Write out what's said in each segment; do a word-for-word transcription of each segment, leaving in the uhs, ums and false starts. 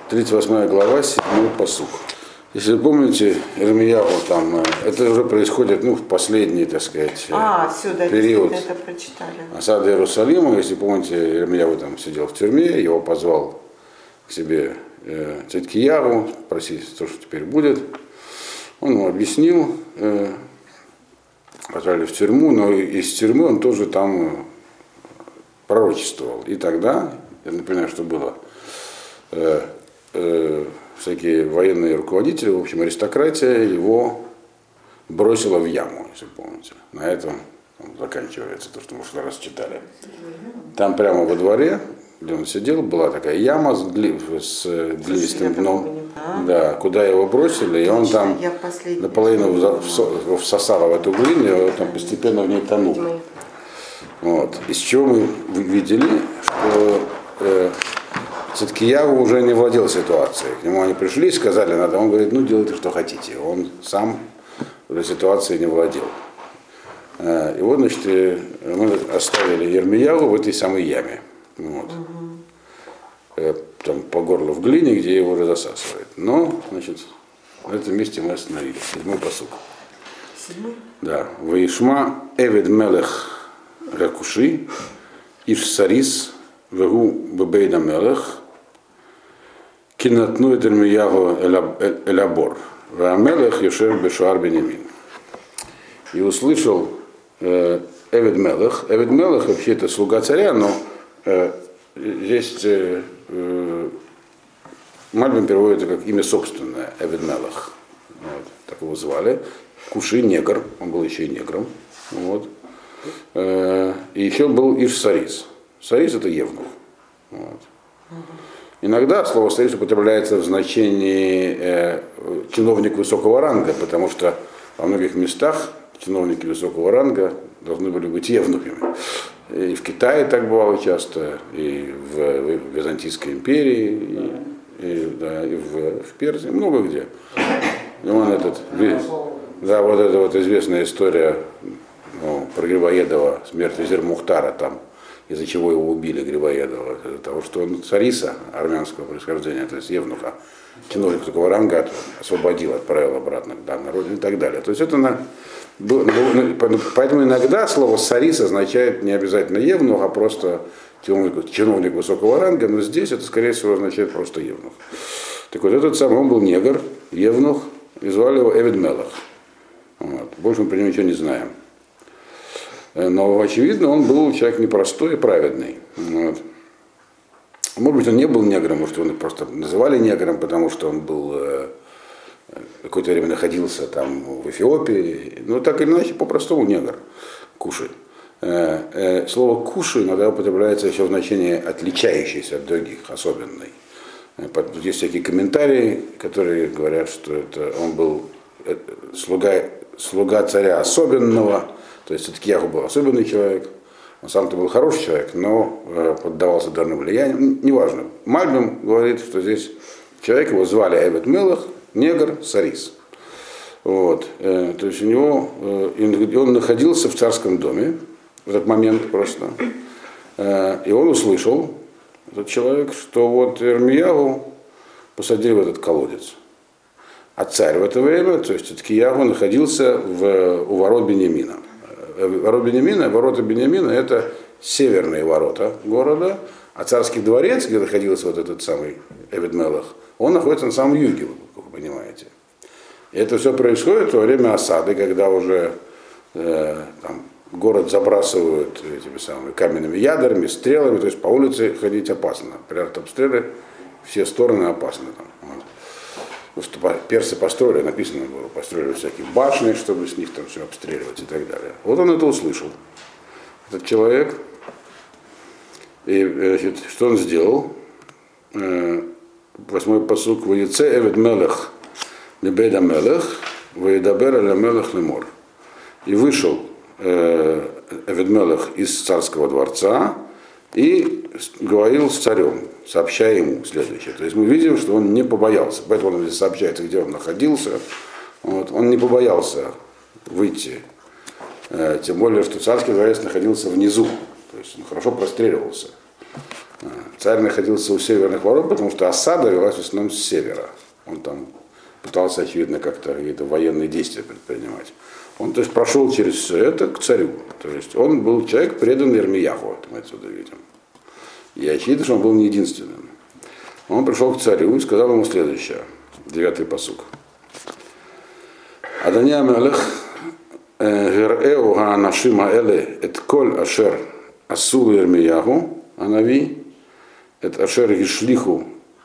тридцать восьмая глава, седьмой пасук. Если вы помните, Ирмияху там, это уже происходит, ну, в последний, так сказать, а, все, да, период это прочитали. осады Иерусалима. Если помните, Ирмияху там сидел в тюрьме, его позвал к себе э, Циткиягу, спросить, что теперь будет. Он ему объяснил, э, отправили в тюрьму, но из тюрьмы он тоже там пророчествовал. И тогда, я напоминаю, что было, э, э, всякие военные руководители, в общем, аристократия его бросила в яму, если помните. На этом там заканчивается то, что мы в прошлый раз читали. Там прямо во дворе, где он сидел, была такая яма с, гли... с глинистым дном, да, куда его бросили, и он там наполовину всосал в эту глину, и там постепенно в ней тонул. Вот. Из чего мы видели, что э, Циткиягу уже не владел ситуацией. К нему они пришли и сказали, надо. Он говорит, ну делайте, что хотите. Он сам этой ситуацией не владел. И вот, значит, мы оставили Ирмиягу в этой самой яме. Вот. Угу. Там по горло в глине, где его уже засасывает. Но, значит, на этом месте мы остановились. Седьмой пасук. Седьмой? Да. Ваишма Эвед Мелех Ракуши, Иш Сарис, Вегу Бебейда Мелех, Кинатну Ирмиягу Элабор, Вамелех Йошер Бешуар Бенемин. И услышал э, Эвед Мелех. Эвед Мелех вообще это слуга царя, но э, здесь э, э, Мальбим переводит это как имя собственное, Эвед Мелех. Вот, так его звали. Куши, негр, он был еще и негром. Вот. Э, и еще был Иш Сарис. Сарис это евнух. Вот. Иногда слово «сарис» употребляется в значении э, чиновник высокого ранга, потому что во многих местах чиновники высокого ранга должны были быть евнухами. И в Китае так бывало часто, и в, в Византийской империи, и, и, да, и в, в Персии, много где. И он этот, да, вот эта вот известная история ну, про Грибоедова, смерть визир Мухтара там, из-за чего его убили, Грибоедова, из-за того, что он цариса армянского происхождения, то есть евнуха, чиновник такого ранга освободил, отправил обратно к данной родине и так далее. То есть это на, поэтому иногда слово «сарис» означает не обязательно евнух, а просто чиновник, чиновник высокого ранга, но здесь это, скорее всего, означает просто евнух. Так вот, этот самый, он был негр, евнух, и звали его Эвед Мелех. Вот. Больше мы про него ничего не знаем. Но, очевидно, он был человек непростой и праведный. Вот. Может быть, он не был негром, может, его просто называли негром, потому что он был э, какое-то время находился там в Эфиопии. Но так или иначе, по-простому негр. Куши. Э, э, слово куши иногда употребляется еще в значении отличающийся от других, особенный. Тут есть всякие комментарии, которые говорят, что это он был слуга, слуга царя особенного. То есть Циткиягу был особенный человек, он сам-то был хороший человек, но э, поддавался данному влиянию, неважно. Мальбим говорит, что здесь человек, его звали Эвед Мелех, негр, Сарис. Вот, э, то есть у него, э, он находился в царском доме в этот момент просто, э, и он услышал, этот человек, что вот Ирмиягу посадили в этот колодец. А царь в это время, то есть Циткиягу, находился в, у ворот Беньямина. Ворот Беньямина, ворота Беньямина это северные ворота города, а царский дворец, где находился вот этот самый Эвед Мелех, он находится на самом юге, как вы понимаете. И это все происходит во время осады, когда уже э, там, город забрасывают этими самыми каменными ядрами, стрелами, то есть по улице ходить опасно. При артобстреле все стороны опасны. Там, вот. Что персы построили, написано было, построили всякие башни, чтобы с них там все обстреливать и так далее. Вот он это услышал, этот человек. И значит, что он сделал? Восьмой пасук: «Ваице Эвед Мелех лебейда Мелех, ваидабер аля Мелех лемор». И вышел Эвед Мелех из царского дворца и говорил с царем, сообщая ему следующее. То есть мы видим, что он не побоялся. Поэтому он здесь сообщается, где он находился. Вот. Он не побоялся выйти. Тем более, что царский дворец находился внизу. То есть он хорошо простреливался. царь находился у северных ворот, потому что осада велась в основном с севера. Он там пытался, очевидно, как-то какие-то военные действия предпринимать. Он, то есть, прошел через все это к царю. То есть он был человек, преданный Ирмияху, это мы отсюда видим. И очевидно, что он был не единственным. Он пришел к царю и сказал ему следующее. Девятый пасук. Адония мелех герэу гаанашим аэле эт коль ашер асул Ирмияху анави эт ашер ешлиху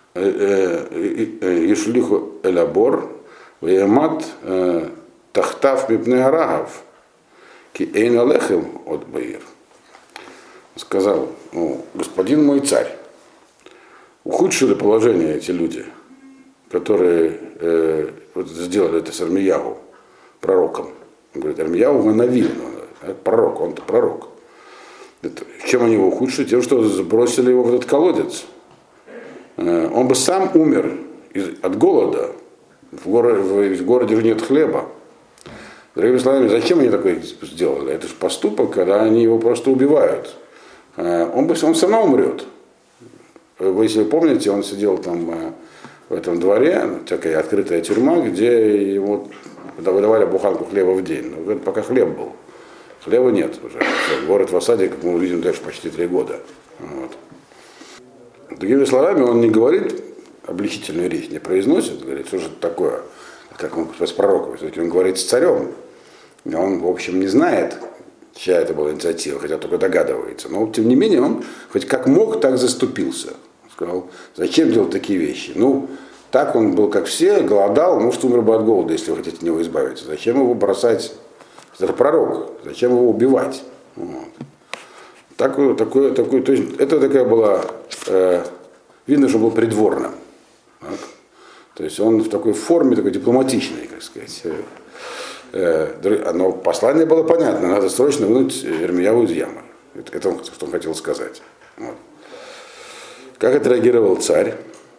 ешлиху элабор веямат тахтав мипне арагав ки эйн алехем от баир. Сказал, ну, господин мой царь, ухудшили положение эти люди, которые э, вот сделали это с Ирмияху, пророком. Он говорит, Ирмияху Ганавил, пророк, он-то пророк. Это, чем они его ухудшили? Тем, что сбросили его в этот колодец. Э, он бы сам умер из, от голода. В, горо, в, в городе же нет хлеба. Другими словами, зачем они такое сделали? Это же поступок, когда они его просто убивают. Э, он бы он сам умрет. Вы, если вы помните, он сидел там э, в этом дворе, такая открытая тюрьма, где ему выдавали буханку хлеба в день. Но это пока хлеб был. Хлеба нет уже. Все, город в осаде, как мы увидим, дальше почти три года. Вот. Другими словами, он не говорит обличительную речь, не произносит, говорит, что же это такое, как он с пророком. Все-таки он говорит с царем. Он, в общем, не знает, чья это была инициатива, хотя только догадывается. Но, тем не менее, он хоть как мог, так заступился. Сказал, зачем делать такие вещи? Ну, так он был, как все, голодал, может, умер бы от голода, если вы хотите от него избавиться. Зачем его бросать? Это пророк. Зачем его убивать? Вот. Такое, такое, такое, то есть, это такая была, э, видно, что был придворным. Так? То есть он в такой форме, такой дипломатичной, как сказать. Э, но послание было понятно, надо срочно вынуть Ирмияху из ямы. Это, это он, что он хотел сказать. Вот. Как отреагировал царь?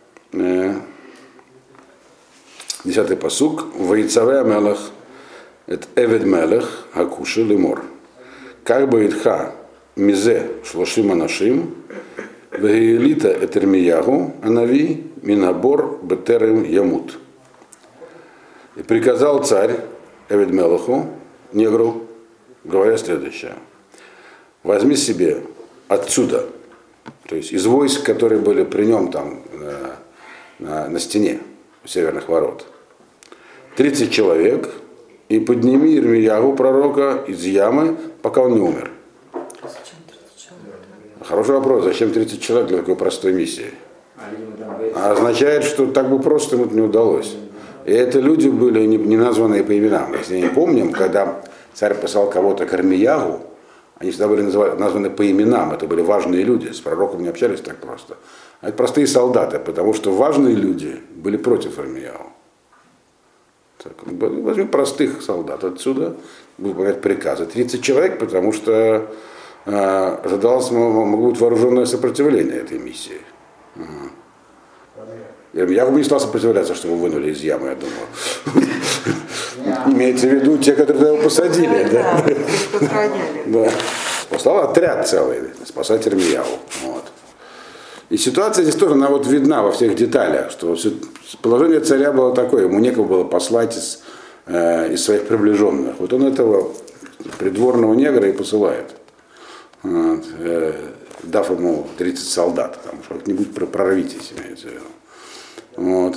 Десятый пасук. Ваицаве мелех эт эвед мелех акуши лимор. Как бы итха мизе шлошим анашим вейлита эт Ирмияху анави минабор бетерем ямут. И приказал царь эвед мелеху, негру, говоря следующее. Возьми себе отсюда, то есть из войск, которые были при нем там на, на, на стене у северных ворот, тридцать человек, и подними Ирмияху, пророка, из ямы, пока он не умер. Зачем тридцать человек? Хороший вопрос, зачем тридцать человек для такой простой миссии? А означает, что так бы просто ему не удалось. И это люди были не, не названные по именам. Если не помним, когда царь послал кого-то к Ирмияху, они всегда были названы по именам, это были важные люди, с пророком не общались так просто. А это простые солдаты, потому что важные люди были против Ирмияху. Так, возьмем простых солдат отсюда, будут выполнять приказы. тридцать человек, потому что э, ожидалось, могло быть вооруженное сопротивление этой миссии. Угу. Ирмияху бы не стал сопротивляться, что его вынули из ямы, я думаю. Имеется в виду те, которые его посадили. Да, да. Послал отряд целый спасать Ирмияху. Вот. И ситуация здесь тоже, она вот видна во всех деталях, что все, положение царя было такое, ему некого было послать из, э, из своих приближенных. Вот он этого придворного негра и посылает, вот, э, дав ему тридцать солдат, там, что-нибудь прорвитесь, имеется в виду. Вот.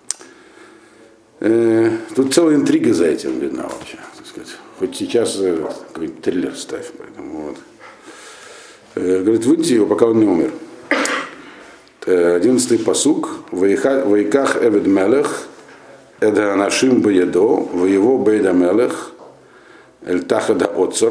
Э, тут целая интрига за этим видна вообще, так сказать. Хоть сейчас э, какой-нибудь триллер ставь. Поэтому, вот. э, говорит, выньте его, пока он не умер. Одиннадцатый пасук. Ваиках эвед мелех эда нашим баедо воево бейда мелех эль тахада оцар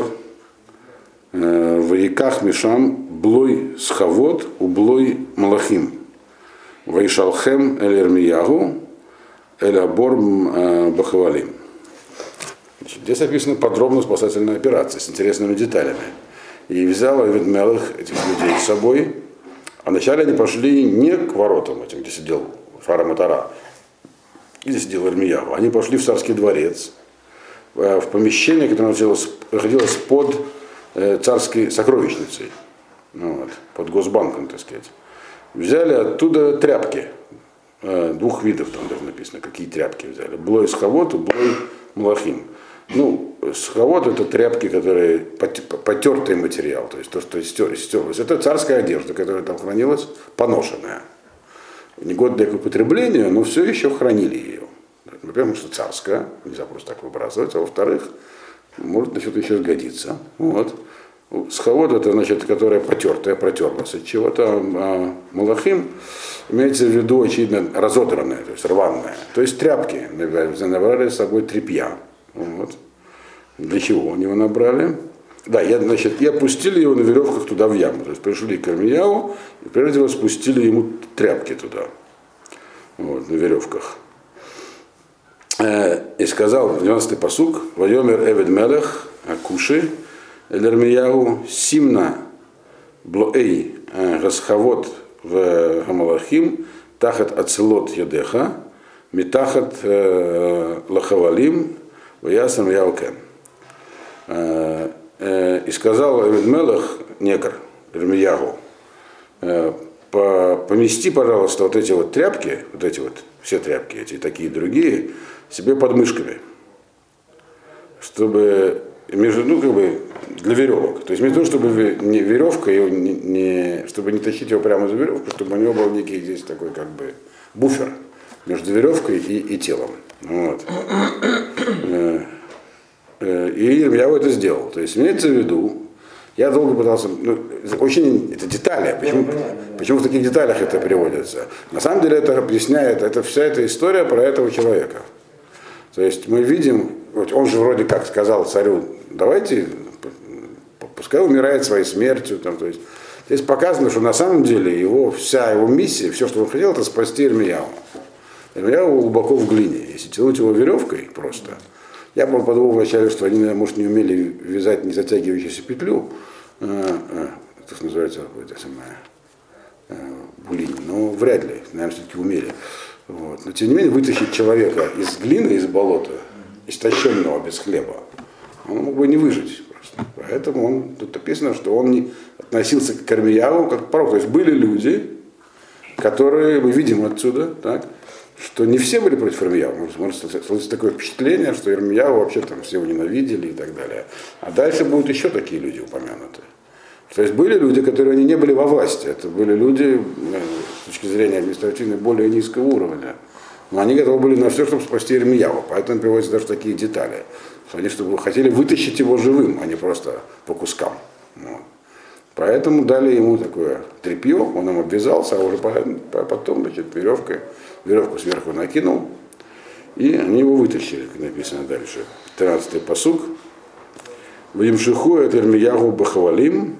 ваиках мишам блой схавот ублой малахим ваишалхем эль Ирмияху эль абор бахавалим. Здесь описана подробно спасательная операция с интересными деталями. И взял эвед мелех этих людей с собой. А вначале они пошли не к воротам, этим, где сидел Фара Матара, где сидел Ирмияху. Они пошли в царский дворец, в помещение, которое находилось под царской сокровищницей, ну, вот, под госбанком, так сказать. взяли оттуда тряпки, двух видов там даже написано, какие тряпки взяли. Блой схавот и блой малахим. Ну, схавот это тряпки, которые потертый материал, то есть то, что стерлось. Это царская одежда, которая там хранилась, поношенная. Негодная к употреблению, но все еще хранили ее. Во-первых, потому что царская, нельзя просто так выбрасывать, а во-вторых, может на что-то еще сгодится. Вот. Схавот это значит, которая потертая, протерлась от чего-то, а малахим имеется в виду, очевидно, разодранная, то есть рваная. То есть тряпки, набрали с собой тряпья. Вот. Для чего они его набрали? Да, я, значит, и опустили его на веревках туда в яму. То есть пришли к Ирмияу и прежде всего спустили ему тряпки туда, вот, на веревках. И сказал, двенадцатый пасук, Вайомер Эвед Мелех Акуши Эль-Ирмияу Симна Блоэй Расхавот в Гамалахим Тахат Ацелот Ядеха Митахат Лахавалим Ваясам Яукен. И сказал Эвед Мелех, негр, Ирмиягу, помести, пожалуйста, вот эти вот тряпки, вот эти вот, все тряпки, эти такие другие, себе под мышками, чтобы между, ну, как бы для веревок. То есть не то, чтобы не веревка, его не, не, чтобы не тащить его прямо за веревку, чтобы у него был некий здесь такой как бы буфер между веревкой и, и телом. Вот. И я это сделал. То есть имеется в виду, я долго пытался, ну, очень, это детали, почему, почему в таких деталях это приводится. На самом деле это объясняет, это вся эта история про этого человека. То есть мы видим, он же вроде как сказал царю, давайте, пускай умирает своей смертью. Там, то есть, здесь показано, что на самом деле его, вся его миссия, все, что он хотел, это спасти Ирмияу. Ирмияу глубоко в глине. Если тянуть его веревкой просто, я бы подумал вначале, что они, может, не умели вязать не затягивающуюся петлю, э, э, это называется это самое, э, булинь, но вряд ли, наверное, все-таки умели. Вот. Но тем не менее вытащить человека из глины, из болота, истощенного без хлеба, он мог бы не выжить просто. Поэтому он, тут написано, что он не относился к Ирмияу как к пророку. То есть были люди, которые, мы видим отсюда, так, что не все были против Ирмияу. Может сложиться такое впечатление, что Ирмияу вообще там все его ненавидели и так далее. А дальше будут еще такие люди упомянуты. То есть были люди, которые они не были во власти. Это были люди, с точки зрения административной, более низкого уровня. Но они готовы были на все, чтобы спасти Ирмияу. Поэтому приводятся даже такие детали. Что они чтобы хотели вытащить его живым, а не просто по кускам. Вот. Поэтому дали ему такое тряпье, он им обвязался, а уже потом, значит, веревкой, веревку сверху накинул, и они его вытащили, как написано дальше. тринадцатый пасук. Ваимшиху это Ирмиягу Бахавалим,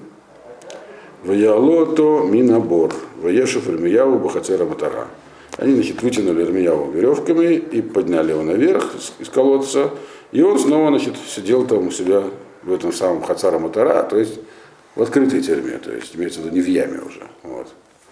Ваялото Минабор, Ваешев Ирмиягу Бахацера Матара. Они, значит, вытянули Ирмиягу веревками и подняли его наверх из колодца, и он снова, значит, сидел там у себя в этом самом Хацара Матара, то есть в открытой тюрьме, то есть имеется в виду не в яме уже. Вот.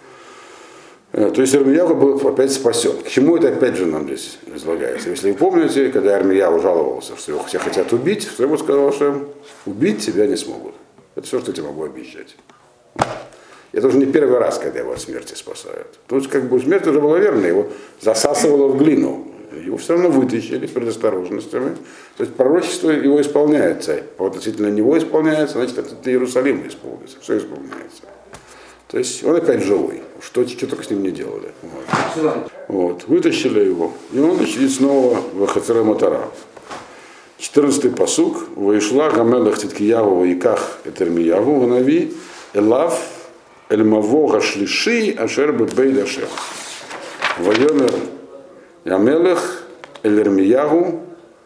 То есть Ирмияу был опять спасен. К чему это опять же нам здесь излагается? Если вы помните, когда Ирмияу жаловался, что его все хотят убить, то ему сказал, что убить тебя не смогут. Это все, что я тебе могу обещать. Это уже не первый раз, когда его от смерти спасают. Тут как бы смерть уже была верна, его засасывало в глину. Его все равно вытащили с предосторожностями. То есть пророчество его исполняется. Вот относительно него исполняется, значит, это Иерусалим исполнится. Все исполняется. То есть он опять живой. Что, что только с ним не делали. Вот. Вот. Вытащили его. И он сидит снова в Хацера Матара. четырнадцатый пасук. Ваишла Гамелах Циткияву Ваиках Этермияву Ванави Элав Эльмаво Гашлиши Ашер Бейд Ашер. Вайомер Ямелех Эль-Ирмиягу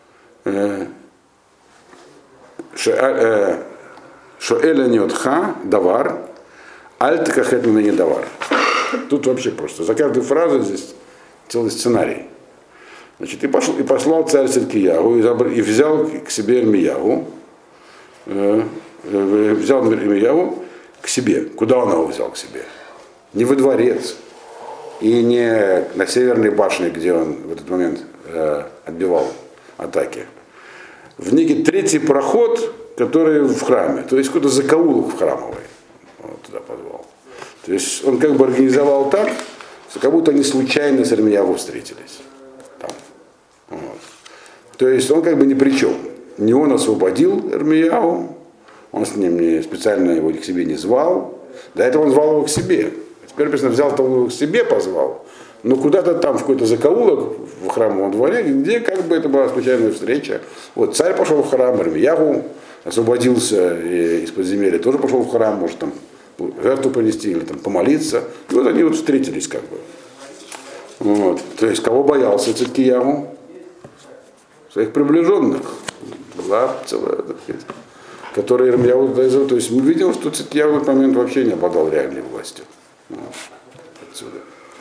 Шоэля Неотха Давар Аль-Такахет Мэнэ Давар. Тут вообще просто. За каждой фразой здесь целый сценарий. Значит, и, пошел, и послал царь Циткиягу и, и взял к себе Ирмиягу, э, э, взял Ирмиягу к себе. Куда он его взял к себе? Не во дворец. И не на северной башне, где он в этот момент э, отбивал атаки. В некий третий проход, который в храме, то есть куда-то закоулок в храмовый. Вот туда позвал. То есть он как бы организовал так, что как будто они случайно с Ирмиягу встретились. Там. Вот. То есть он как бы ни при чем. Не он освободил Ирмиягу, он с ним не, специально его к себе не звал. До этого он звал его к себе. Теперь, написано, взял того к себе, позвал. Но куда-то там, в какой-то закоулок, в храмовом дворе, где как бы это была случайная встреча. Вот царь пошел в храм, Ирмиягу освободился из подземелья, тоже пошел в храм, может там жертву понести или там помолиться. И вот они вот встретились как бы. Вот. То есть кого боялся Циткиягу? Своих приближенных. Была целая, так сказать, которая Ирмиягу туда. То есть мы видим, что Циткиягу в этот момент вообще не обладал реальной властью. Вот. Отсюда.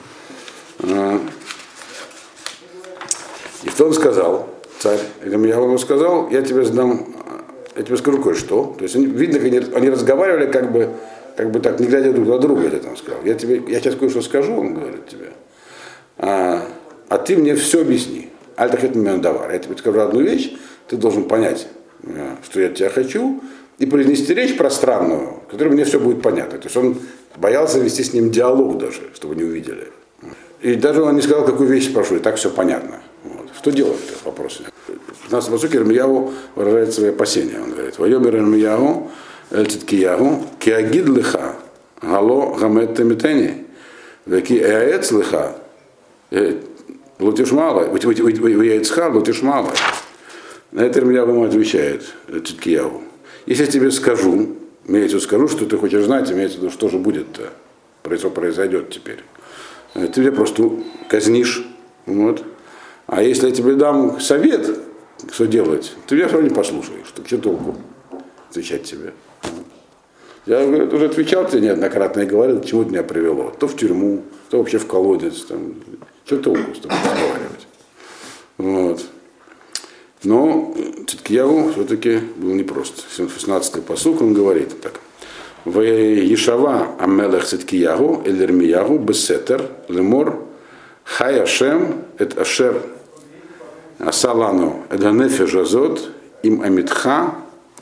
И что он сказал, царь Ирмиягу ему сказал, я тебе задам, я тебе скажу кое-что. То есть видно, как они, они разговаривали как бы, как бы так, не глядя друг на друга, я там сказал. Я тебе, я сейчас кое-что скажу, он говорит тебе, а, а ты мне все объясни. Альтахет давар. Я тебе скажу одну вещь, ты должен понять, что я от тебя хочу, и произнести речь пространную, в которой мне все будет понятно. То есть он боялся вести с ним диалог даже, чтобы не увидели. И даже он не сказал, какую вещь спрошу, и так все понятно. Вот. Что делать-то? Вопрос. В пятнадцатом посуке Ирмиягу выражает свои опасения. Он говорит, «Вайомер Ирмиягу, эль Циткиягу, ки агид лиха, гало гамет тамитени, веки эаэц лиха, лутишмала, вяйцха лутишмала». На это Ирмиягу ему отвечает Циткиягу. Если я тебе скажу, имеется в виду скажу, что ты хочешь знать, имеется в виду, что же будет-то, что произойдет теперь. Ты меня просто казнишь. Вот. А если я тебе дам совет, что делать, ты меня все равно не послушаешь. Так что толку отвечать тебе? Я говорит, уже отвечал тебе неоднократно и говорил, к чему это меня привело. То в тюрьму, то вообще в колодец. Там. Что толку с тобой разговаривать? Вот. Но Циткиягу все-таки был непрост. шестнадцатый пасук он говорит так. В Ешава Амелех Циткиягу эль Ирмиягу бесетер лемор хай Ашем эт ашер асалану эданефе жазот им амитха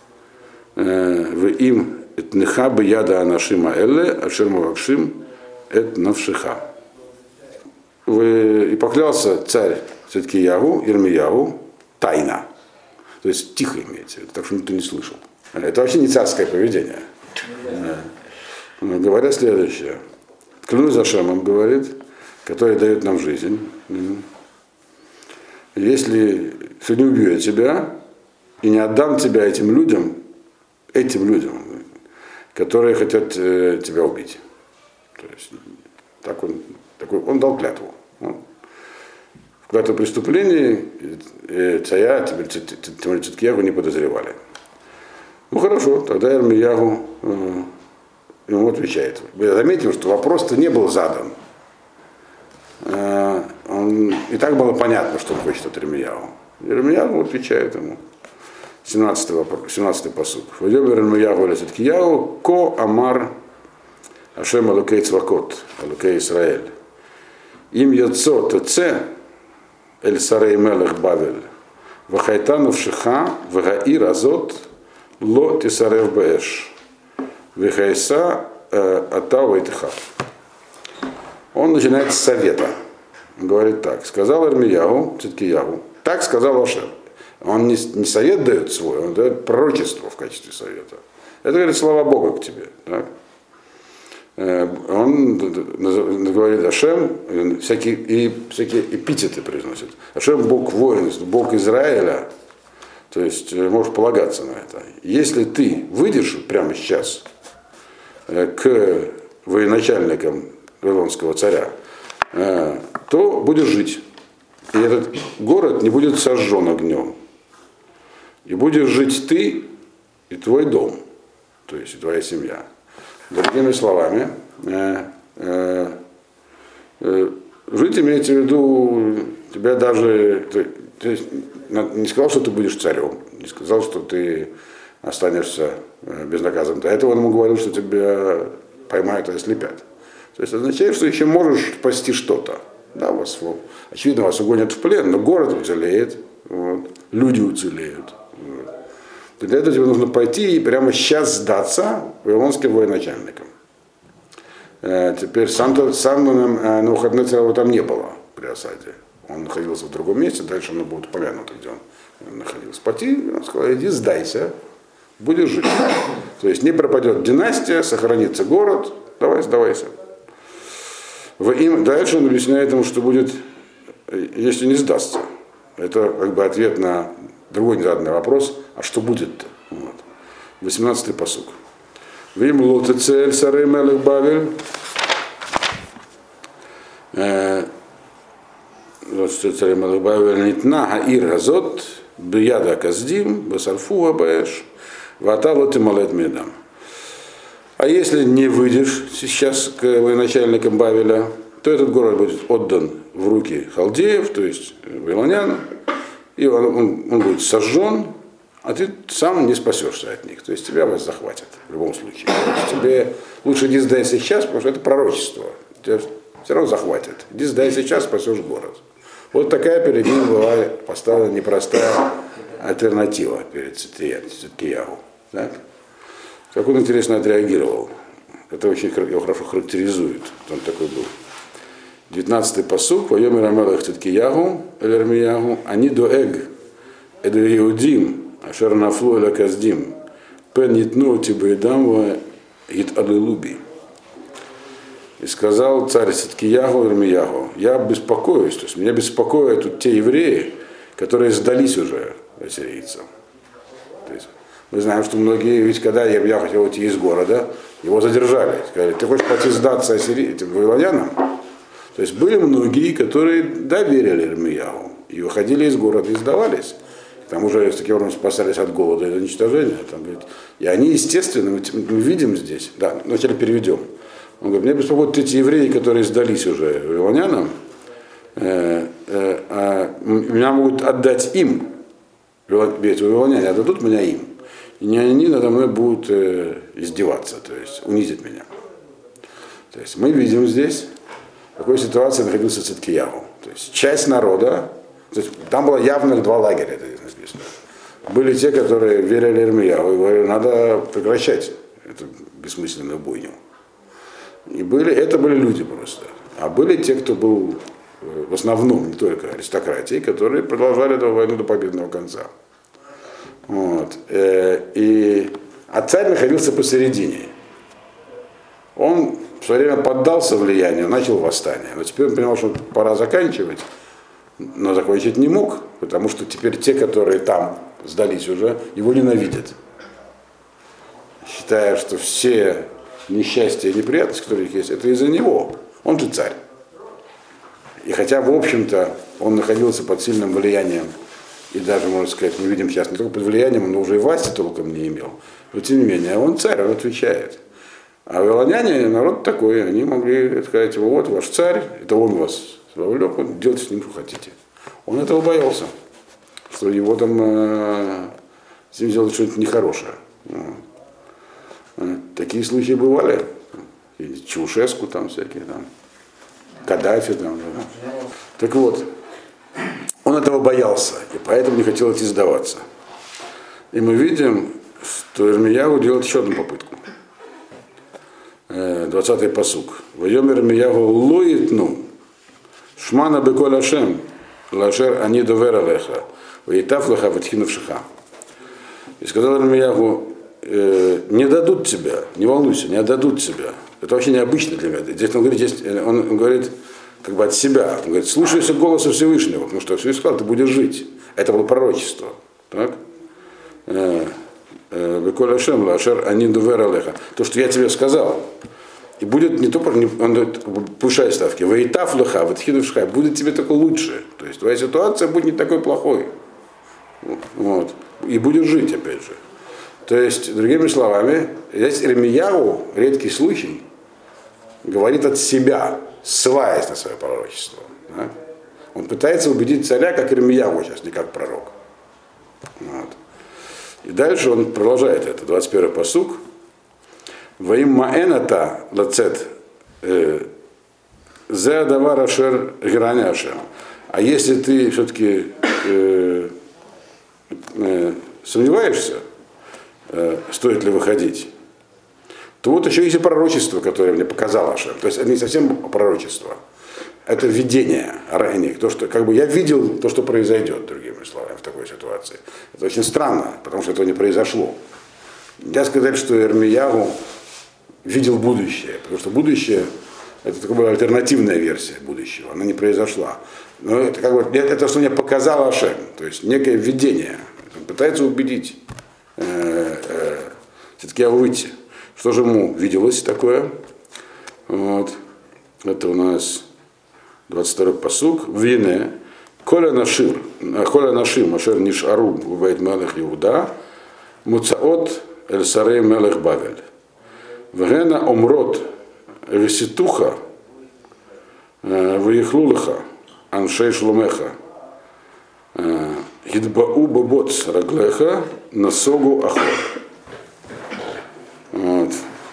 в им эт неха бияда анашима эле ашер мавакшим эт навшиха. И поклялся царь Циткиягу Ирмиягу тайно. То есть тихо имеется, так что никто не слышал. Это вообще не царское поведение. Говорят следующее. Клянусь Ашемом, говорит, который дает нам жизнь. Если не убью я тебя и не отдам тебя этим людям, этим людям, которые хотят э, тебя убить. То есть, так он, такой, он дал клятву. Он, в клятву преступлении э, царя, теперь Циткиягу не подозревали. Ну хорошо, тогда Ирмиягу э, ему отвечает. Вы заметим, что вопрос-то не был задан. Э, он, и так было понятно, что он хочет от Ирмиягу. Ирмиягу отвечает ему. семнадцатый пасук. Вайомер Ирмиягу эль Циткиягу ко амар Ашем Элокей Цвакот, Элокей Исраэль. Им яцо тце эль сарей мелех Бавель. Вахайтану вшиха вагаир азот ло тисарев бэш. Вихайса атау эйтха. Он начинает с совета. Он говорит так. Сказал Ирмиягу, Циткиягу, так сказал Ашем. Он не, не совет дает свой, он дает пророчество в качестве совета. Это, говорит, слова Бога к тебе. Так? Он говорит Ашем, всякие, и всякие эпитеты произносит. Ашем Бог воинств, Бог Израиля. То есть можешь полагаться на это. Если ты выйдешь прямо сейчас к военачальникам Вавилонского царя, то будешь жить. И этот город не будет сожжен огнем. И будешь жить ты и твой дом, то есть и твоя семья. Другими словами, э, э, э, жить имеется в виду, тебя даже, ты, ты не сказал, что ты будешь царем, не сказал, что ты останешься безнаказанным. До этого он ему говорил, что тебя поймают и ослепят. То есть означает, что еще можешь спасти что-то. Да, вас, очевидно, вас угонят в плен, но город уцелеет, вот, люди уцелеют. Вот. Для этого тебе нужно пойти и прямо сейчас сдаться вавилонским военачальникам. Э, теперь сам, сам э, на выходные его там не было при осаде. Он находился в другом месте, дальше оно будет упомянуто, где он находился. Пойти, он сказал, иди сдайся, будешь жить. То есть не пропадет династия, сохранится город, давай сдавайся. В им, дальше он объясняет ему, что будет, если не сдастся. Это как бы ответ на другой незаданный вопрос, а что будет-то? Вот. восемнадцатый пасук. Вим лотецель сарей мелех Бавель. Царь мелех Бавель нитна хаир газот бияда каздим басарфуа баэш ватало тималет медам. А если не выйдешь сейчас к военачальникам Бавеля, то этот город будет отдан в руки халдеев, то есть вавилонян, и он, он, он будет сожжен, а ты сам не спасешься от них. То есть тебя вас захватят в любом случае. То есть тебе лучше иди сдай сейчас, потому что это пророчество. Тебя все равно захватят. Иди сдай сейчас, спасешь город. Вот такая перед ним была поставлена непростая альтернатива перед Циткиягу. Так? Как он, интересно, отреагировал. Это очень его хорошо характеризует. Он такой был. девятнадцатый пасук. Вайомер амелех Циткиягу, эль-Ирмиягу, они доэг, эду иудим, ашер нафлу эля каздим, пен нитну тибаидам гит алилуби. И сказал царь Циткиягу Ирмиягу, я беспокоюсь, то есть меня беспокоят тут те евреи, которые сдались уже ассирийцам. То есть мы знаем, что многие, ведь когда Ирмия хотел уйти из города, его задержали. Сказали, ты хочешь пойти сдаться этим вавилонянам? То есть были многие, которые доверили Ирмиягу и выходили из города и сдавались. К тому же, таким образом, спасались от голода и от уничтожения. Там, и они, естественно, мы, мы видим здесь, да, вначале переведем. Он говорит, меня беспокоят эти евреи, которые сдались уже вавилонянам, э, э, э, меня могут отдать им, ведь вавилоняне отдадут меня им. И не они надо мной будут э, издеваться, то есть унизить меня. То есть мы видим здесь, в какой ситуации находился Циткиягу. То есть часть народа, то есть там было явных два лагеря, это здесь написано. Были те, которые верили Ирмиягу и говорили, надо прекращать эту бессмысленную бойню. И были, это были люди просто. А были те, кто был в основном не только аристократии, которые продолжали эту войну до победного конца. Вот. И, а царь находился посередине. Он в свое время поддался влиянию, начал восстание. Но теперь он понимал, что пора заканчивать. Но закончить не мог, потому что теперь те, которые там сдались уже, его ненавидят. Считая, что все несчастья и неприятности, которые есть, это из-за него. Он же царь. И хотя, в общем-то, он находился под сильным влиянием, и даже, можно сказать, мы видим сейчас, не только под влиянием, но уже и власти толком не имел. Но тем не менее, он царь, он отвечает. А вавилоняне, народ такой, они могли сказать, вот ваш царь, это он вас вовлек, он делайте с ним, что хотите. Он этого боялся, что его там э, с ним сделать что-то нехорошее. Такие случаи бывали. И Чаушеску там всякие, там, Каддафи там. Да. Так вот, он этого боялся, и поэтому не хотел идти сдаваться. И мы видим, что Ирмиягу делает еще одну попытку. двадцатый пасук. Вайом Ирмиягу лоитну шмана беколь Ашем лашер они довер алеха ваитав леха ватхинувшиха. И сказал Ирмиягу, не дадут тебя, не волнуйся, не отдадут тебя. Это вообще необычно для меня. Здесь он говорит, здесь, он говорит как бы от себя. Он говорит, слушайся голоса Всевышнего, потому что Всевышний сказал, ты будешь жить. Это было пророчество. Так? Беколь Ашем лашер они довер алеха. То, что я тебе сказал. И будет не только, он повышает ставки, ваитав леха, ватхинувшиха, будет тебе только лучше. То есть твоя ситуация будет не такой плохой. Вот. И будешь жить, опять же. То есть, другими словами, здесь Ирмиягу, редкий случай, говорит от себя, ссылаясь на свое пророчество. Да? Он пытается убедить царя, как Ирмиягу сейчас, не как пророк. Вот. И дальше он продолжает это, двадцать первый пасук. Ваим маэната лацет зе адавар ашер граня ашем. А если ты все-таки э, э, сомневаешься, стоит ли выходить, то вот еще есть и пророчество, которое мне показало Ашем. То есть это не совсем пророчество. Это видение, рейник, то, что как бы я видел то, что произойдет, другими словами, в такой ситуации. Это очень странно, потому что этого не произошло. Нельзя сказать, что Ирмиягу видел будущее, потому что будущее это такая альтернативная версия будущего, она не произошла. Но это как бы это, что мне показал Ашем, то есть некое видение. Он пытается убедить э, э, все-таки выйти. Что же ему виделось такое? Вот. Это у нас двадцать второй пасук. Вине, коля нашир, коля нашим, ашер нишару, бывает мелех Иуда, муцаот эль сарей мелех Бавель. Вгена омрот веситуха, ваихлулаха, аншей шлумеха, гидбау бобоц раглеха, насогу ахор. Вот.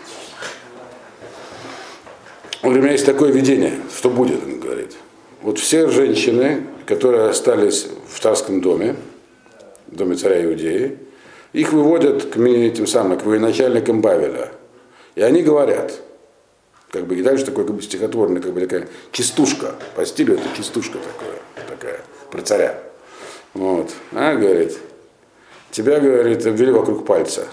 У меня есть такое видение, что будет, он говорит. Вот все женщины, которые остались в царском доме, в доме царя Иудеи, их выводят к этим самым, к военачальникам Бавеля. И они говорят, как бы, и дальше такой как бы стихотворный, как бы такая частушка, по стилю это частушка такая, такая, про царя. Вот. Она говорит, тебя, говорит, обвели вокруг пальца.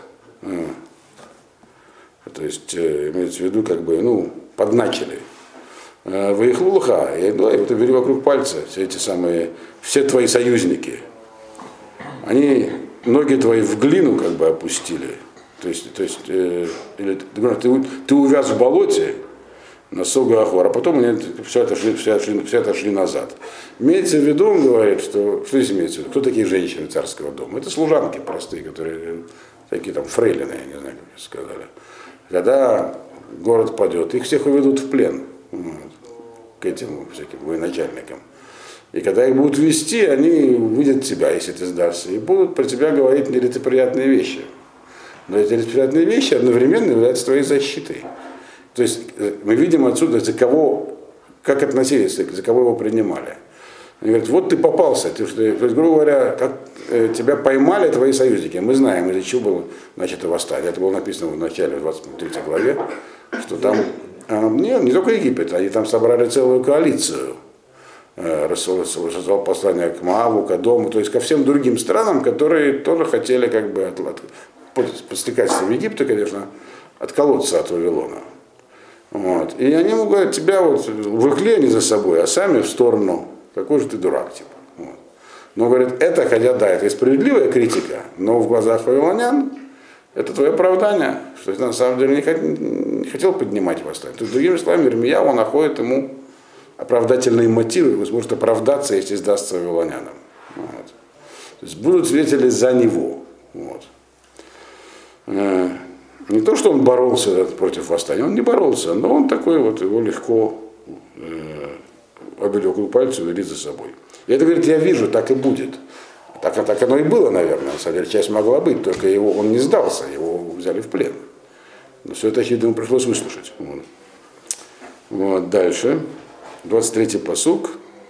То есть, имеется в виду, как бы, ну, подначили. Выехлуха, и, да, и вот обвели вокруг пальца все эти самые, все твои союзники. Они ноги твои в глину как бы опустили. То есть, то есть э, или, ты, ты увяз в болоте на Согу Ахор, а потом они все отошли, все, отошли, все отошли назад. Имеется в виду, он говорит, что, что здесь имеется в виду? Кто такие женщины царского дома? Это служанки простые, которые такие там фрейлины, я не знаю, как сказали. Когда город падет, их всех уведут в плен, вот, к этим всяким военачальникам. И когда их будут вести, они увидят тебя, если ты сдашься, и будут про тебя говорить нелицеприятные вещи. Но эти нелицеприятные вещи одновременно являются твоей защитой. То есть мы видим отсюда, за кого, как относились, за кого его принимали. Они говорят, вот ты попался, ты, то есть, грубо говоря, как э, тебя поймали твои союзники. Мы знаем, из-за чего было начато восстание. Это было написано в начале, в двадцать третьей главе, что там, э, не, не только Египет, они там собрали целую коалицию. Э, рассылал послание к Моаву, к Адому, то есть ко всем другим странам, которые тоже хотели как бы от, от, под подстрекательством Египта, конечно, отколоться от Вавилона. Вот. И они ему говорят, тебя вот влекли они за собой, а сами в сторону. Какой же ты дурак, типа. Вот. Но, говорит, это, хотя да, это и справедливая критика, но в глазах вавилонян это твое оправдание, что ты на самом деле не, хот... не хотел поднимать восстание. То есть, другими словами, Ирмияу находит ему оправдательные мотивы, и сможет оправдаться, если сдастся вавилонянам. Вот. То есть будут свидетели за него. Вот. Не то, что он боролся против восстания, он не боролся, но он такой вот, его легко обвели вокруг пальца и вели за собой. И это, говорит, я вижу, так и будет. Так, так оно и было, наверное, на самом деле, часть могла быть, только его, он не сдался, его взяли в плен. Но все это, ему пришлось выслушать. Вот. Вот, дальше. двадцать третий пасук.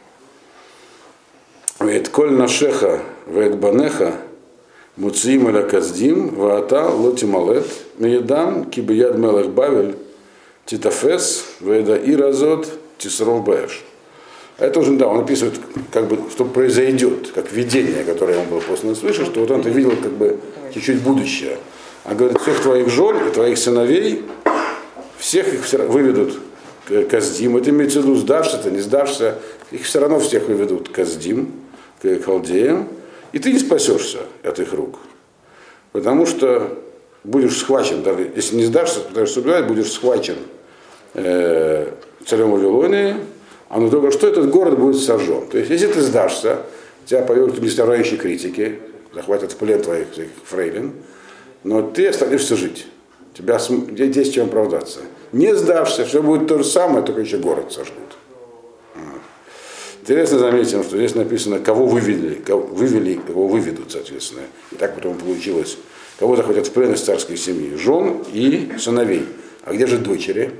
Веет коль нашеха, веет банеха, муциим аля каздим, ваата лотималет, меедам, кибияд мелех Бавель, титафес, вееда иразот, тисров бэш. Это уже, да, он описывает, как бы, что произойдет, как видение, которое он был послан свыше, что вот он видел как бы чуть-чуть будущее. А говорит, всех твоих жен и твоих сыновей, всех их выведут к Каздим. Это имеется в виду, сдашься ты, не сдашься, их все равно всех выведут к Каздим, к халдеям, и ты не спасешься от их рук. Потому что будешь схвачен, даже если не сдашься, потому что убивать, будешь схвачен э, царем Вавилонии. А ну только что этот город будет сожжен. То есть, если ты сдашься, тебя поведут к несторожащей критике, захватят в плен твоих, твоих фрейлин, но ты останешься жить. Тебя есть чем оправдаться. Не сдашься, все будет то же самое, только еще город сожгут. Интересно заметим, что здесь написано, кого вывели, кого вывели, кого выведут, соответственно. И так потом получилось, кого захватят в плен из царской семьи, жен и сыновей. А где же дочери?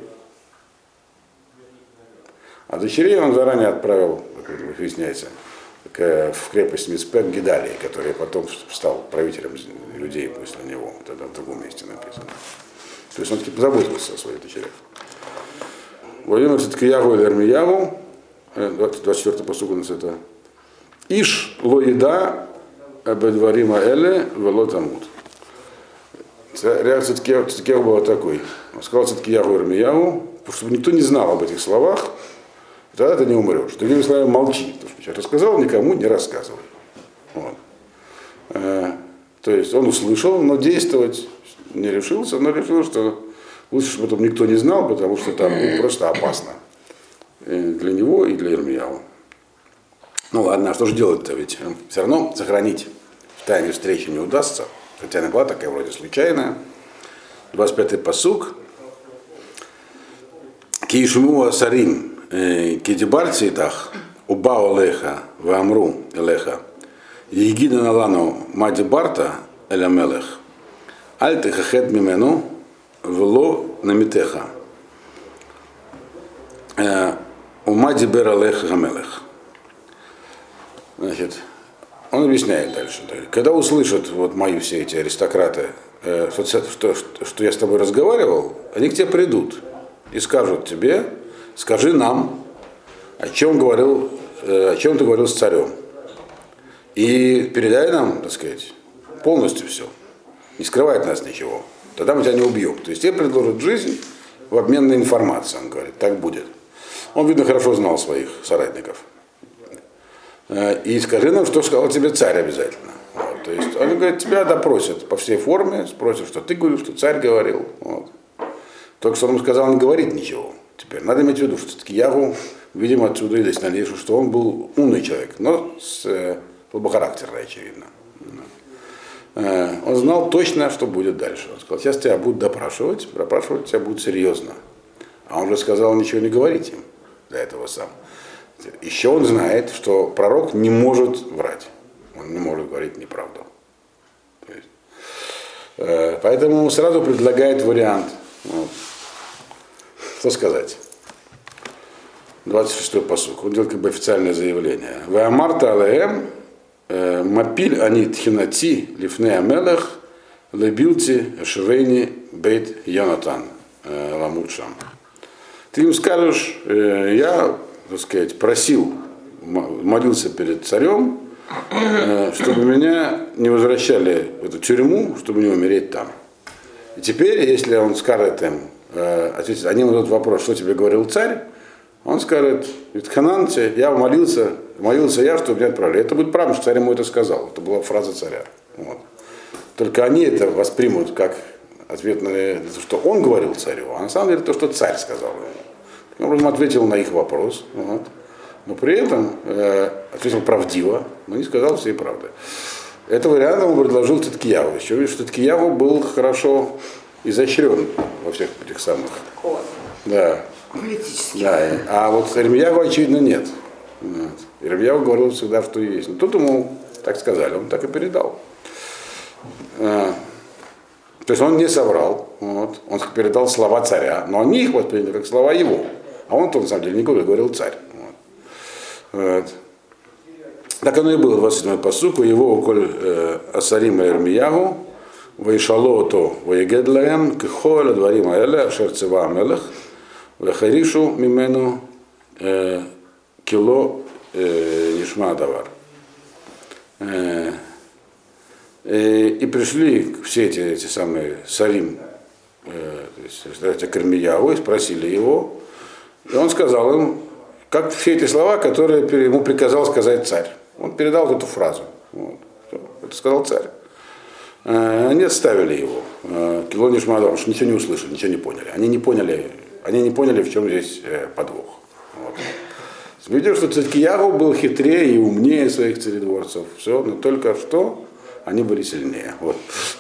А дочерей он заранее отправил, как выясняется, в крепость Мицпе к Гедалии, который потом стал правителем людей после него. Это в другом месте написано. То есть он таки позаботился о своих дочерях. Владимир Циткиягу или Ирмиягу, двадцать четвёртый посуг у нас это. Иш лоида абедварима эле велотамут. Реакция Циткиягу была такой. Он сказал Циткиягу Ирмиягу, чтобы никто не знал об этих словах, тогда ты не умрешь. Другими словами, молчи. Потому что рассказал, никому не рассказывай. Вот. Э, то есть он услышал, но действовать не решился, но решил, что лучше, чтобы об этом никто не знал, потому что там ну, просто опасно. И для него и для Ирмияу. Ну ладно, а что же делать-то? Ведь все равно сохранить в тайне встречи не удастся. Хотя она была такая вроде случайная. двадцать пятый пасук. Кишмуа сарим кидибарци тах убао леха вамру леха егида налану мади барта эля мелех аль техахет мимену вло намитеха умади бера леха гамелех. Значит, он объясняет дальше. Когда услышат вот мои все эти аристократы, что, что, что я с тобой разговаривал, они к тебе придут и скажут тебе, скажи нам, о чем говорил, о чем ты говорил с царем. И передай нам, так сказать, полностью все. Не скрывай от нас ничего. Тогда мы тебя не убьем. То есть тебе предложат жизнь в обмен на информацию, он говорит, так будет. Он, видно, хорошо знал своих соратников. И скажи нам, что сказал тебе царь обязательно. Вот. То есть он говорит, тебя допросят по всей форме, спросят, что ты говорил, что царь говорил. Вот. Только что он сказал не говорить ничего. Теперь надо иметь в виду, что Циткиягу, видимо, отсюда и здесь надеюсь, что он был умный человек, но с, э, слабохарактерный, очевидно. Э, он знал точно, что будет дальше. Он сказал, сейчас тебя будут допрашивать, допрашивать тебя будут серьезно. А он же сказал ничего не говорить им для этого сам. Еще он знает, что пророк не может врать. Он не может говорить неправду. То есть, э, поэтому он сразу предлагает вариант. Вот. Что сказать? двадцать шестой пасук. Он делает как бы официальное заявление. Веамарта алеем мапиль они тхинати лифней амелех лебилти швейни бейт Йонатан ламутшам. Ты им скажешь, я, так сказать, просил, молился перед царем, чтобы меня не возвращали в эту тюрьму, чтобы не умереть там. И теперь, если он скажет им, ответит, они ему зададут вопрос, что тебе говорил царь, он скажет, Хананте, я молился, молился я, чтобы меня отправили. Это будет правда, что царь ему это сказал. Это была фраза царя. Вот. Только они это воспримут как ответ на то, что он говорил царю, а на самом деле то, что царь сказал ему. Таким образом, ответил на их вопрос. Вот. Но при этом э, ответил правдиво, но не сказал всей правды. Это вариант ему предложил Циткиягу. Еще видишь, что Циткиягу был хорошо изощрен во всех этих самых. Код. Да. Политический. Да. А вот Ирмиягу, очевидно, нет. Вот. Ирмиягу говорил всегда, что есть. Но тут ему так сказали, он так и передал. А, то есть он не соврал. Вот. Он передал слова царя, но они их восприняли как слова его. А он-то на самом деле не говорил, говорил царь. Вот. Вот. Так оно и было, двадцать седьмой пасук, его коль асарима Ирмиягу, вайшало то ваегедлаем, кихоля дварима эля, шерцева амелех, вахаришу мимену кило нишма давар. И пришли все эти, эти самые сарим, то есть к Ирмиягу, и спросили его, и он сказал им, как все эти слова, которые ему приказал сказать царь. Он передал эту фразу. Вот. Это сказал царь. Они отставили его. Кило нишма, потому что ничего не услышали, ничего не поняли. Они не поняли, они не поняли, в чем здесь подвох. Вот. Видишь, что Циткиягу был хитрее и умнее своих царедворцев. Все, но только что они были сильнее. Вот.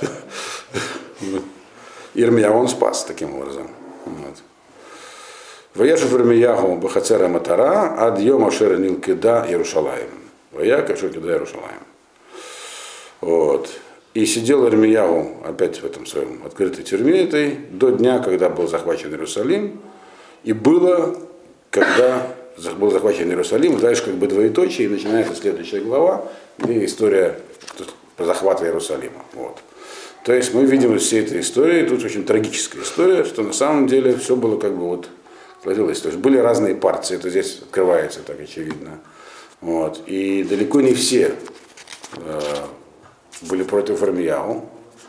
Ирмиягу он спас таким образом. Вот. Ваяшев Ирмиягу бахацера матара ад йома шер нилкеда Иерушалаим. Ваяка шер кеда Иерушалаим. Вот. И сидел Ирмиягу опять в этом своем открытой тюрьме этой до дня, когда был захвачен Иерусалим. И было, когда был захвачен Иерусалим, дальше как бы двоеточие, и начинается следующая глава, где история про захват Иерусалима. Вот. То есть мы видим из всей этой истории, тут очень трагическая история, что на самом деле все было как бы вот сложилось. То есть были разные партии, это здесь открывается так очевидно. Вот. И далеко не все э, были против Ирмияу.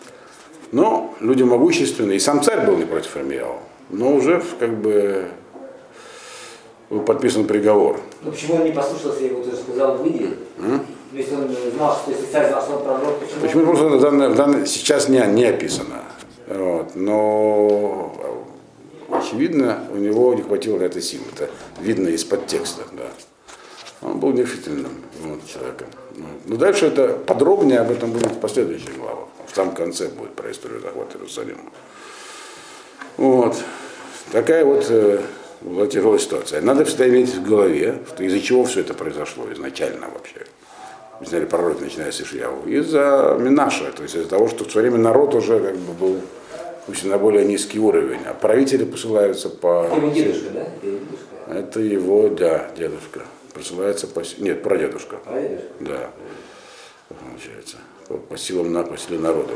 Но люди могущественные, и сам царь был не против Ирмияу. Но уже как бы был подписан приговор. Ну почему он не послушался, его тоже сказал, выйди? М? Если он знал, что если царь знал, что он пророк, почему? Почему? Потому что данное, данное сейчас не, не описано. Вот. Но очевидно, у него не хватило на это сил. Это видно из подтекста. Да. Он был нерешительным вот, человеком. Вот. Но дальше это подробнее об этом будет в последующих главах. В самом конце будет про историю захвата Иерусалима. Вот. Такая вот э, была тяжелая ситуация. Надо всегда иметь в голове, что из-за чего все это произошло изначально вообще. Мы знали пророк, начиная с Ишияу. Из-за Минаша, то есть из-за того, что в свое время народ уже как бы был пусть на более низкий уровень, а правители посылаются по... Это его дедушка, да? Это его дедушка. Это его, да, дедушка. Посылается по... Нет, прадедушка. Прадедушка? Да. Получается. По, по силам на, по силе народа.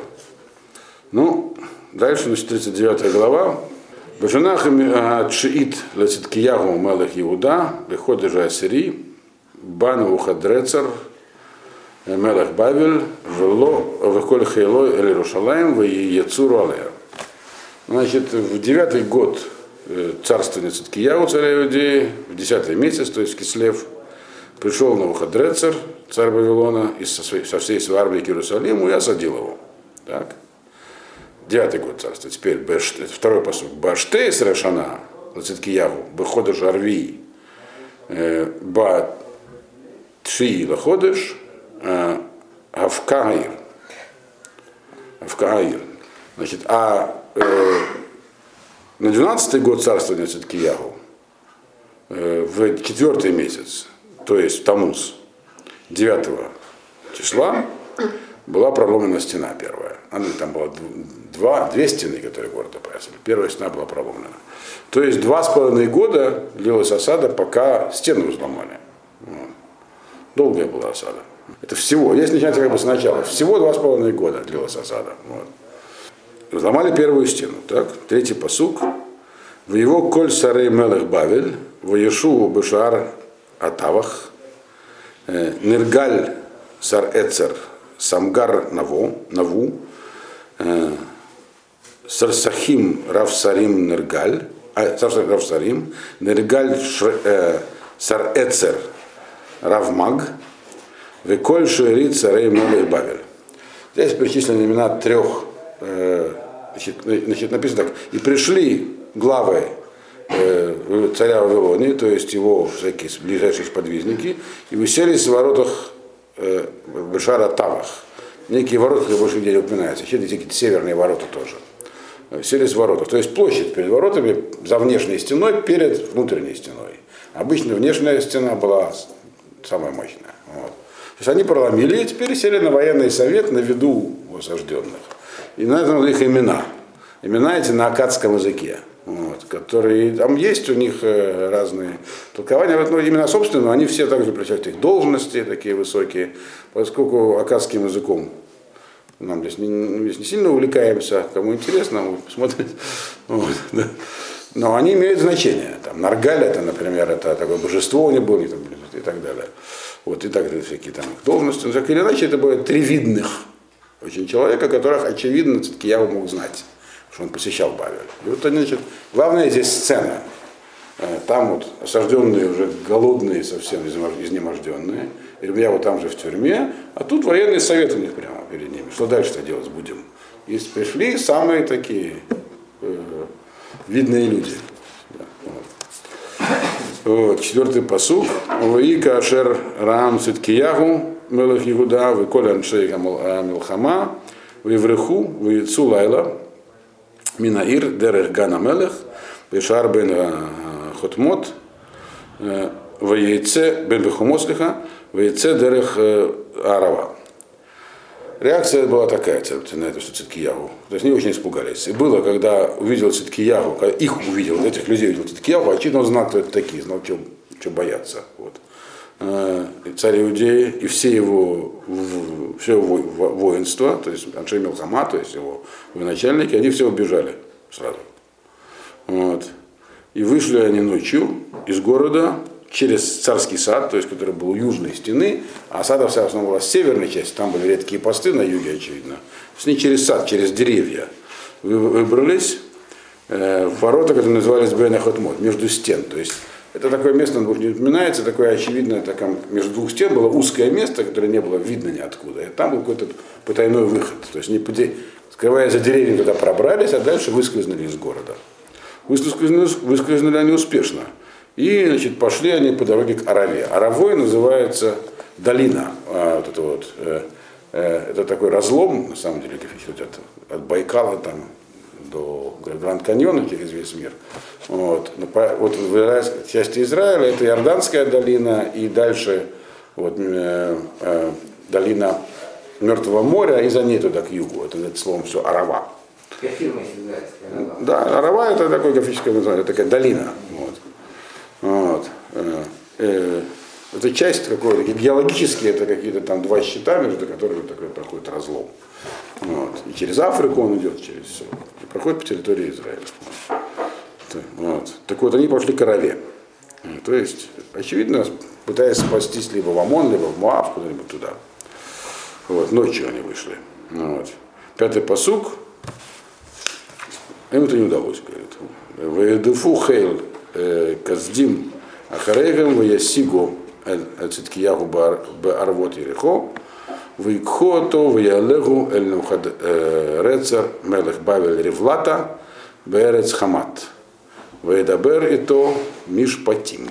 Ну, дальше, значит, тридцать девятая глава. Бажанах Чиит Лациткиягу Мелех Иуда, Беходы же Ассири, Бану Ухадрецер, Мелех Бавель, Вело, Веколь Хейлой Эль Иерушалаим, Яцуру Алея. Значит, в девятый год царствования Циткиягу, царя Иудеи, в десятый месяц, то есть Кислев, пришел Навуходрецер, царь Вавилона, и со, своей, со всей своей армией к Иерусалиму и осадил его. Так. Девятый год царства. Теперь Бешт, второй посуд. Баштейс Решана, Циткиягу, Бехода Жарви, Ба Тши Лаходыш, Авкаир. Авкаир. Значит, а э, на двенадцатый год царствования Циткиягу, э, в четвертый месяц, то есть Тамуз, девятого числа, была проломлена стена первая. Она, там было два, две стены, которые город опоясали. Первая стена была проломлена. То есть два с половиной года длилась осада, пока стену взломали. Вот. Долгая была осада. Это всего, если начинать как бы сначала, всего два с половиной года длилась осада. Вот. Взломали первую стену. Так? Третий пасук. В его коль сарей мелех Бавель, в Ешуву бешар атавах, Ниргаль сар эцер самгар наву, наву Сарсахим Равсарим Нергаль, Равсарим, Нергаль Сар Эцер Равмаг, Веколь Шуэрит Сарей Мелех Бавель. Здесь перечислены имена трех, значит, значит, написано так, и пришли главы царя Вавилонии, то есть его всякие ближайшие сподвижники, и уселись в воротах Бешара Тавах. Некие ворота, которые больше нигде не упоминаются, еще какие-то северные ворота тоже. Селись в воротах. То есть площадь перед воротами за внешней стеной перед внутренней стеной. Обычно внешняя стена была самая мощная. Вот. То есть они проломили и теперь сели на военный совет на виду у осажденных. И названы их имена. Имена эти на аккадском языке. Вот, которые, там есть у них разные толкования. Вот, ну, имена собственного, они все также включают их должности такие высокие, поскольку аккадским языком нам здесь не, здесь не сильно увлекаемся, кому интересно, мы посмотрим. Вот, да. Но они имеют значение. Там, Наргаль, это, например, это такое божество у них было, и так далее. Вот, и так далее, всякие там должности. Но так или иначе, это были три видных очень человека, которых, очевидно, все-таки я мог знать, что он посещал Бавель. И вот, значит, главная здесь сцена. Там вот осажденные уже голодные, совсем изнеможденные. Ирмия вот там же в тюрьме, а тут военный совет у них прямо перед ними. Что дальше-то делать будем? Если пришли самые такие э, видные люди. Да, вот. Вот, четвертый пасук. Ваика ашер раам циткиягу мелех Иуда веколь аншей милхама вевреху вейцу лайла минаир дерех гана мелех бешар бен хотмот вейце бен бехумослиха вейце дерех арава. Реакция была такая на это, что Циткиягу. То есть они очень испугались. И было, когда увидел Циткиягу, когда их увидел, этих людей увидел Циткиягу, очевидно, он знал, кто это такие, знал, что, что бояться. Вот. Царь Иудеи и все его все воинство, то есть Аншей Милхама, то есть его военачальники, они все убежали сразу. Вот. И вышли они ночью из города через царский сад, то есть который был у южной стены, а сада вся в основном была с северной части, там были редкие посты на юге, очевидно. С ней через сад, через деревья выбрались э, в ворота, которые назывались Бен-Ахотмот, между стен. То есть это такое место, он не упоминается, такое очевидное, так, между двух стен было узкое место, которое не было видно ниоткуда. И там был какой-то потайной выход. То есть, не поде... скрывая за деревьями, туда пробрались, а дальше выскользнули из города. Выскользнули, выскользнули они успешно. И, значит, пошли они по дороге к Араве. Аравой называется долина. А, вот это вот, э, э, это такой разлом, на самом деле, от, от Байкала там, до Гранд Каньона через весь мир. Вот, вот в израильской части Израиля это Иорданская долина и дальше вот, э, э, долина Мертвого моря, и за ней туда к югу. Это, это словом все Арава. Фирма израильская, Арава. Да, Арава это такое графическое название, это такая долина. Вот. Вот. Э, э, это часть какой-то, геологически это какие-то там два щита, между которыми такой проходит разлом. Вот. И через Африку он идет, через все. И проходит по территории Израиля. Вот. Так вот, они пошли к Араве. То есть, очевидно, пытаясь спастись либо в Амон, либо в Моав, куда-нибудь туда. Вот. Ночью они вышли. Вот. Пятый пасук. Им это не удалось, говорит. Вейдефу хейл каздим ахарегам ваясигу циткияху баарвот ерехо. Вейкхото ваялегу эль Навуходоносор мелех Бавель Ривлата берец Хамат. Вейдабер и то Мишпатим.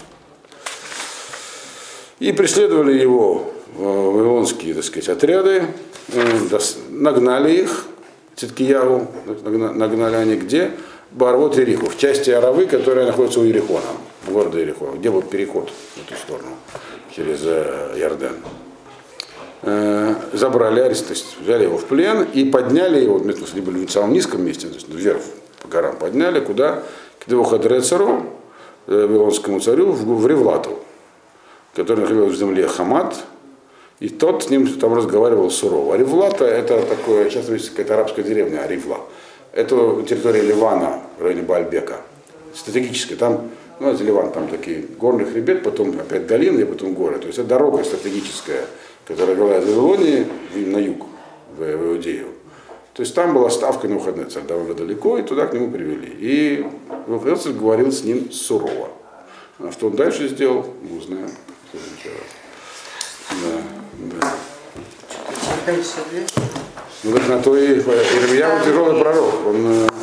И преследовали его вавилонские, так сказать, отряды, нагнали их, Циткиягу, нагнали они где? Баарвот Ерихо, в части Аравы, которая находится у Ерихона, города Ерихона, где был переход в эту сторону, через Иордан. Забрали арест, то есть взяли его в плен и подняли его, они были в самом низком месте, то есть вверх по горам подняли, куда? К Навуходоносору, вавилонскому царю, в Ривлату, который находился в земле Хамат, и тот с ним там разговаривал сурово. А Ривлата это такое, сейчас есть какая-то арабская деревня, Аривла. Это территория Ливана, в районе Баальбека. Стратегическая, там, ну это Ливан, там такие горный хребет, потом опять долины, и потом горы. То есть это дорога стратегическая, которая вела из Вавилонии на юг, в, в Иудею. То есть там была ставка Навуходоносора, довольно далеко, и туда к нему привели. И Навуходоносор говорил с ним сурово. А что он дальше сделал, мы узнаем в следующий раз. Да, да. Дальше, Ну так на то и Ирмияу тяжелый пророк. Он